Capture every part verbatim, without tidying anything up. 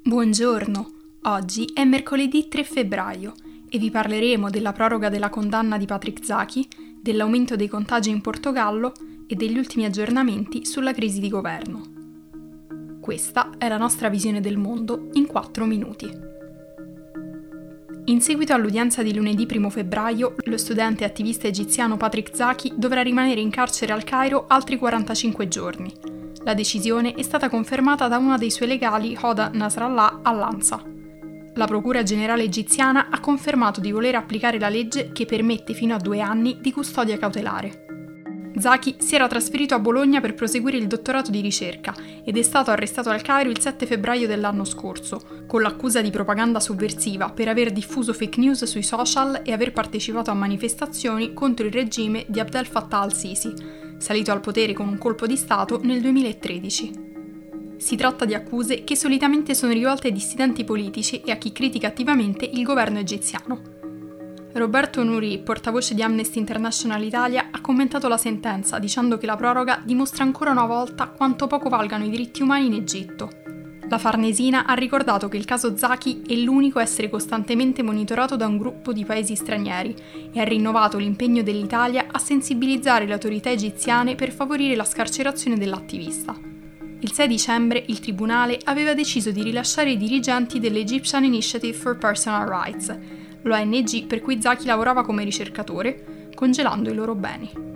Buongiorno, oggi è mercoledì tre febbraio e vi parleremo della proroga della condanna di Patrick Zaki, dell'aumento dei contagi in Portogallo e degli ultimi aggiornamenti sulla crisi di governo. Questa è la nostra visione del mondo in quattro minuti. In seguito all'udienza di lunedì primo febbraio, lo studente e attivista egiziano Patrick Zaki dovrà rimanere in carcere al Cairo altri quarantacinque giorni. La decisione è stata confermata da una dei suoi legali, Hoda Nasrallah, all'Ansa. La Procura Generale egiziana ha confermato di voler applicare la legge che permette fino a due anni di custodia cautelare. Zaki si era trasferito a Bologna per proseguire il dottorato di ricerca ed è stato arrestato al Cairo il sette febbraio dell'anno scorso, con l'accusa di propaganda sovversiva per aver diffuso fake news sui social e aver partecipato a manifestazioni contro il regime di Abdel Fattah al-Sisi, salito al potere con un colpo di Stato nel duemilatredici. Si tratta di accuse che solitamente sono rivolte ai dissidenti politici e a chi critica attivamente il governo egiziano. Roberto Nuri, portavoce di Amnesty International Italia, ha commentato la sentenza dicendo che la proroga dimostra ancora una volta quanto poco valgano i diritti umani in Egitto. La Farnesina ha ricordato che il caso Zaki è l'unico a essere costantemente monitorato da un gruppo di paesi stranieri e ha rinnovato l'impegno dell'Italia a sensibilizzare le autorità egiziane per favorire la scarcerazione dell'attivista. Il sei dicembre il tribunale aveva deciso di rilasciare i dirigenti dell'Egyptian Initiative for Personal Rights, l'O N G per cui Zaki lavorava come ricercatore, congelando i loro beni.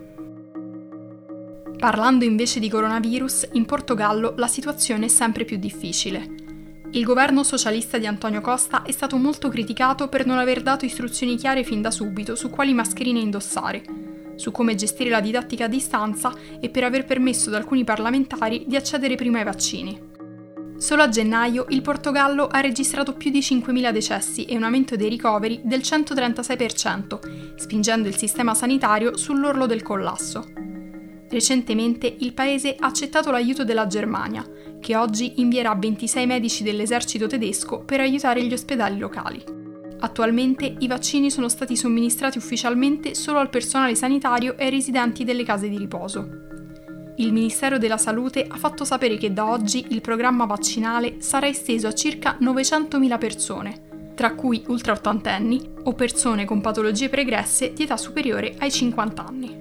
Parlando invece di coronavirus, in Portogallo la situazione è sempre più difficile. Il governo socialista di António Costa è stato molto criticato per non aver dato istruzioni chiare fin da subito su quali mascherine indossare, su come gestire la didattica a distanza e per aver permesso ad alcuni parlamentari di accedere prima ai vaccini. Solo a gennaio il Portogallo ha registrato più di cinquemila decessi e un aumento dei ricoveri del centotrentasei per cento, spingendo il sistema sanitario sull'orlo del collasso. Recentemente il paese ha accettato l'aiuto della Germania, che oggi invierà ventisei medici dell'esercito tedesco per aiutare gli ospedali locali. Attualmente i vaccini sono stati somministrati ufficialmente solo al personale sanitario e ai residenti delle case di riposo. Il Ministero della Salute ha fatto sapere che da oggi il programma vaccinale sarà esteso a circa novecentomila persone, tra cui ultraottantenni o persone con patologie pregresse di età superiore ai cinquanta anni.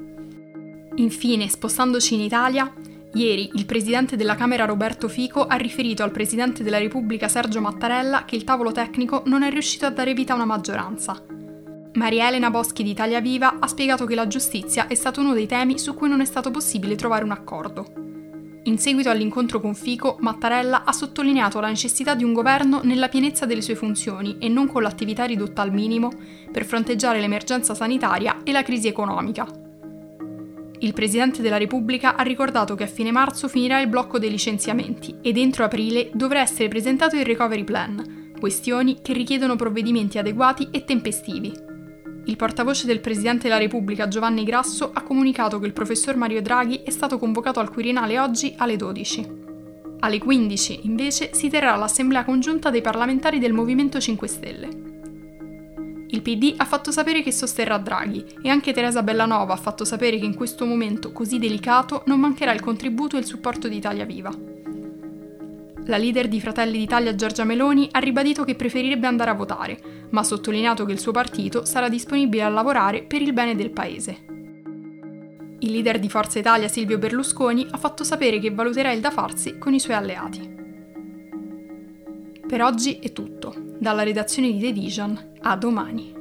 Infine, spostandoci in Italia, ieri il presidente della Camera Roberto Fico ha riferito al presidente della Repubblica Sergio Mattarella che il tavolo tecnico non è riuscito a dare vita a una maggioranza. Maria Elena Boschi di Italia Viva ha spiegato che la giustizia è stato uno dei temi su cui non è stato possibile trovare un accordo. In seguito all'incontro con Fico, Mattarella ha sottolineato la necessità di un governo nella pienezza delle sue funzioni e non con l'attività ridotta al minimo per fronteggiare l'emergenza sanitaria e la crisi economica. Il Presidente della Repubblica ha ricordato che a fine marzo finirà il blocco dei licenziamenti ed entro aprile dovrà essere presentato il Recovery Plan, questioni che richiedono provvedimenti adeguati e tempestivi. Il portavoce del Presidente della Repubblica Giovanni Grasso ha comunicato che il professor Mario Draghi è stato convocato al Quirinale oggi alle dodici. Alle quindici, invece, si terrà l'assemblea congiunta dei parlamentari del Movimento cinque Stelle. Il P D ha fatto sapere che sosterrà Draghi e anche Teresa Bellanova ha fatto sapere che in questo momento così delicato non mancherà il contributo e il supporto di Italia Viva. La leader di Fratelli d'Italia Giorgia Meloni ha ribadito che preferirebbe andare a votare, ma ha sottolineato che il suo partito sarà disponibile a lavorare per il bene del paese. Il leader di Forza Italia Silvio Berlusconi ha fatto sapere che valuterà il da farsi con i suoi alleati. Per oggi è tutto. Dalla redazione di The Vision, a domani.